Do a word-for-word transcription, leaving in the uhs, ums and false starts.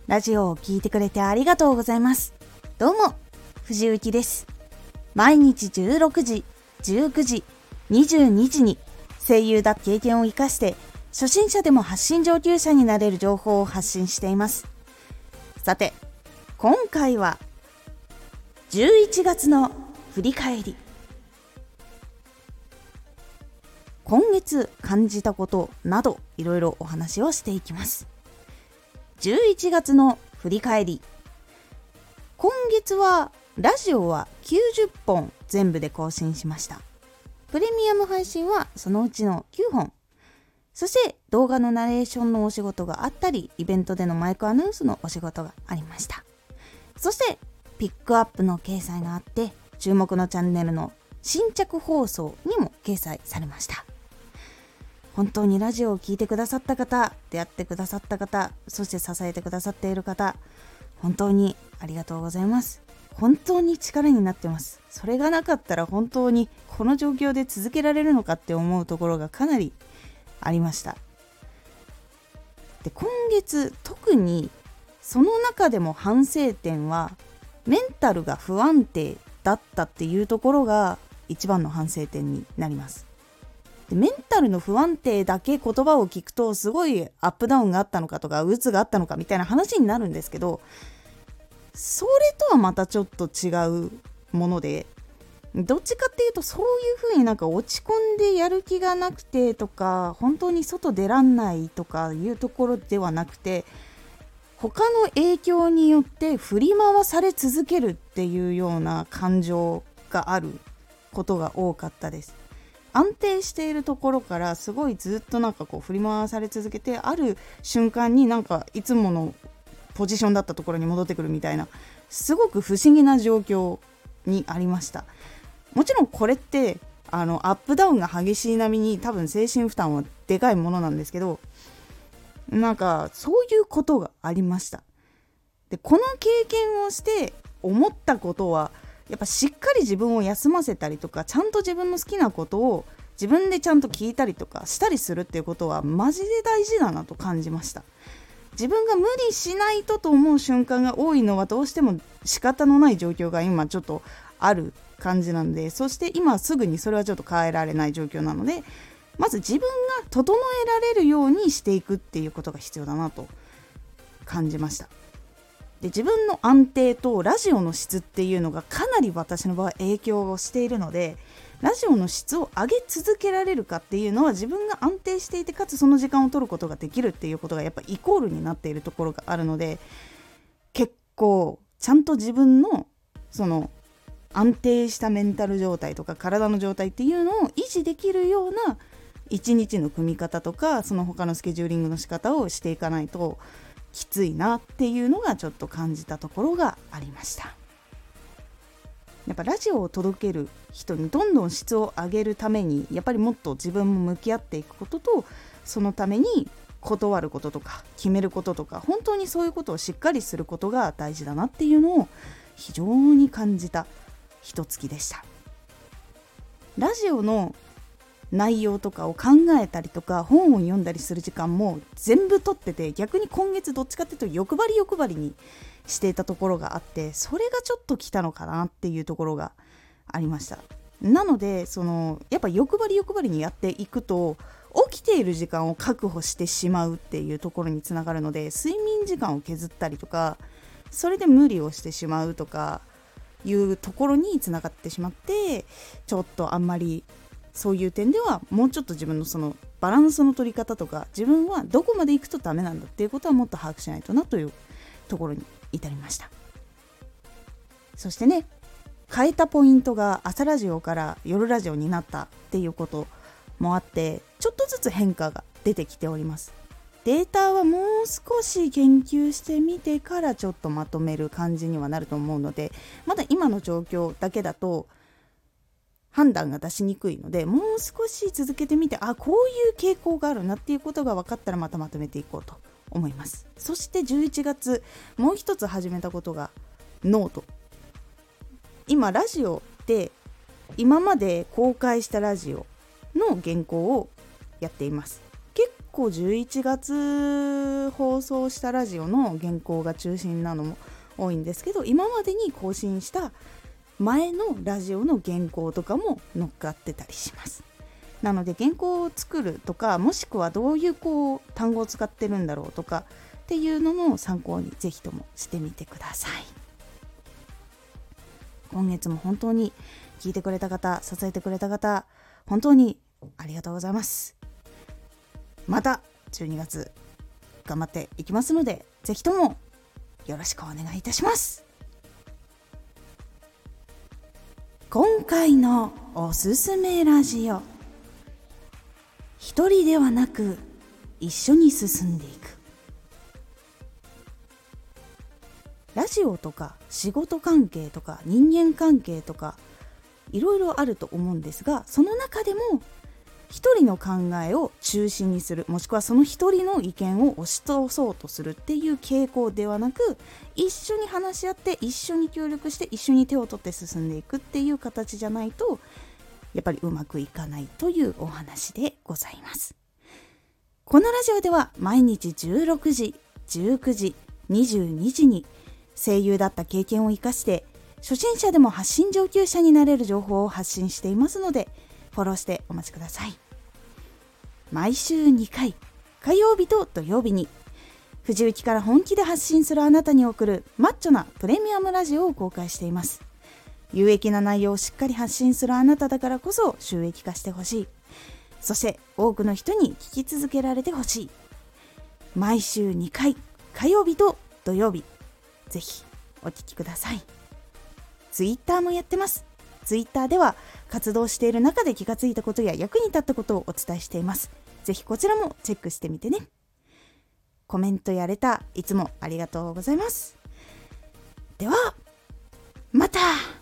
ラジオを聞いてくれてありがとうございます。どうも、藤幸です。毎日じゅうろくじ、じゅうくじ、にじゅうにじに声優だ経験を生かして初心者でも発信上級者になれる情報を発信しています。さて、今回はじゅういちがつの振り返り。今月感じたことなどいろいろお話をしていきます。じゅういちがつの振り返り。今月はラジオはきゅうじゅっぽん全部で更新しました。プレミアム配信はそのうちのきゅうほん。そして動画のナレーションのお仕事があったり、イベントでのマイクアナウンスのお仕事がありました。そしてピックアップの掲載があって、注目のチャンネルの新着放送にも掲載されました。本当にラジオを聞いてくださった方、出会ってくださった方、そして支えてくださっている方、本当にありがとうございます。本当に力になってます。それがなかったら本当にこの状況で続けられるのかって思うところがかなりありました。で、今月特にその中でも反省点は、メンタルが不安定だったっていうところが一番の反省点になります。で、メンタルの不安定だけ言葉を聞くとすごいアップダウンがあったのかとか、鬱があったのかみたいな話になるんですけど、それとはまたちょっと違うもので、どっちかっていうとそういう風になんか落ち込んでやる気がなくてとか、本当に外出らんないとかいうところではなくて、他の影響によって振り回され続けるっていうような感情があることが多かったです。安定しているところからすごいずっとなんかこう振り回され続けて、ある瞬間になんかいつものポジションだったところに戻ってくるみたいな、すごく不思議な状況にありました。もちろんこれってあのアップダウンが激しい並みに多分精神負担はでかいものなんですけど、なんかそういうことがありました。で、この経験をして思ったことは、やっぱしっかり自分を休ませたりとか、ちゃんと自分の好きなことを自分でちゃんと聞いたりとかしたりするっていうことはマジで大事だなと感じました。自分が無理しないとと思う瞬間が多いのはどうしても仕方のない状況が今ちょっとある感じなんで、そして今すぐにそれはちょっと変えられない状況なので、まず自分が整えられるようにしていくっていうことが必要だなと感じました。で、自分の安定とラジオの質っていうのがかなり私の場合影響をしているので、ラジオの質を上げ続けられるかっていうのは、自分が安定していてかつその時間を取ることができるっていうことがやっぱイコールになっているところがあるので、結構ちゃんと自分のその安定したメンタル状態とか体の状態っていうのを維持できるような一日の組み方とか、その他のスケジューリングの仕方をしていかないときついなっていうのがちょっと感じたところがありました。やっぱラジオを届ける人にどんどん質を上げるために、やっぱりもっと自分も向き合っていくことと、そのために断ることとか決めることとか、本当にそういうことをしっかりすることが大事だなっていうのを非常に感じた一月でした。ラジオの内容とかを考えたりとか本を読んだりする時間も全部取ってて、逆に今月どっちかっていうと欲張り欲張りにしていたところがあって、それがちょっと来たのかなっていうところがありました。なのでそのやっぱ欲張り欲張りにやっていくと、起きている時間を確保してしまうっていうところにつながるので、睡眠時間を削ったりとか、それで無理をしてしまうとかいうところにつながってしまって、ちょっとあんまりそういう点ではもうちょっと自分のそのバランスの取り方とか、自分はどこまで行くとダメなんだっていうことはもっと把握しないとなというところに至りました。そしてね、変えたポイントが朝ラジオから夜ラジオになったっていうこともあって、ちょっとずつ変化が出てきております。データはもう少し研究してみてからちょっとまとめる感じにはなると思うので、まだ今の状況だけだと判断が出しにくいので、もう少し続けてみて、あ、こういう傾向があるなっていうことが分かったらまたまとめていこうと思います。そしてじゅういちがつもう一つ始めたことがノート。今ラジオで今まで公開したラジオの原稿をやっています。結去じゅういちがつ放送したラジオの原稿が中心なのも多いんですけど、今までに更新した前のラジオの原稿とかも乗っかってたりします。なので原稿を作るとか、もしくはどういうこう単語を使ってるんだろうとかっていうのの参考にぜひともしてみてください。今月も本当に聞いてくれた方、支えてくれた方、本当にありがとうございます。またじゅうにがつ頑張っていきますので、ぜひともよろしくお願いいたします。今回のおすすめラジオ、一人ではなく一緒に進んでいく。ラジオとか仕事関係とか人間関係とかいろいろあると思うんですが、その中でも一人の考えを中心にする、もしくはその一人の意見を押し通そうとするっていう傾向ではなく、一緒に話し合って一緒に協力して一緒に手を取って進んでいくっていう形じゃないとやっぱりうまくいかないというお話でございます。このラジオでは毎日じゅうろくじ、じゅうくじ、にじゅうにじに声優だった経験を生かして初心者でも発信上級者になれる情報を発信していますので、フォローしてお待ちください。毎週にかい、火曜日と土曜日に藤雪から本気で発信するあなたに送るマッチョなプレミアムラジオを公開しています。有益な内容をしっかり発信するあなただからこそ収益化してほしい。そして多くの人に聞き続けられてほしい。毎週にかい、火曜日と土曜日、ぜひお聞きください。ツイッターもやってます。ツイッターでは活動している中で気がついたことや役に立ったことをお伝えしています。ぜひこちらもチェックしてみてね。コメントやレターいつもありがとうございます。ではまた。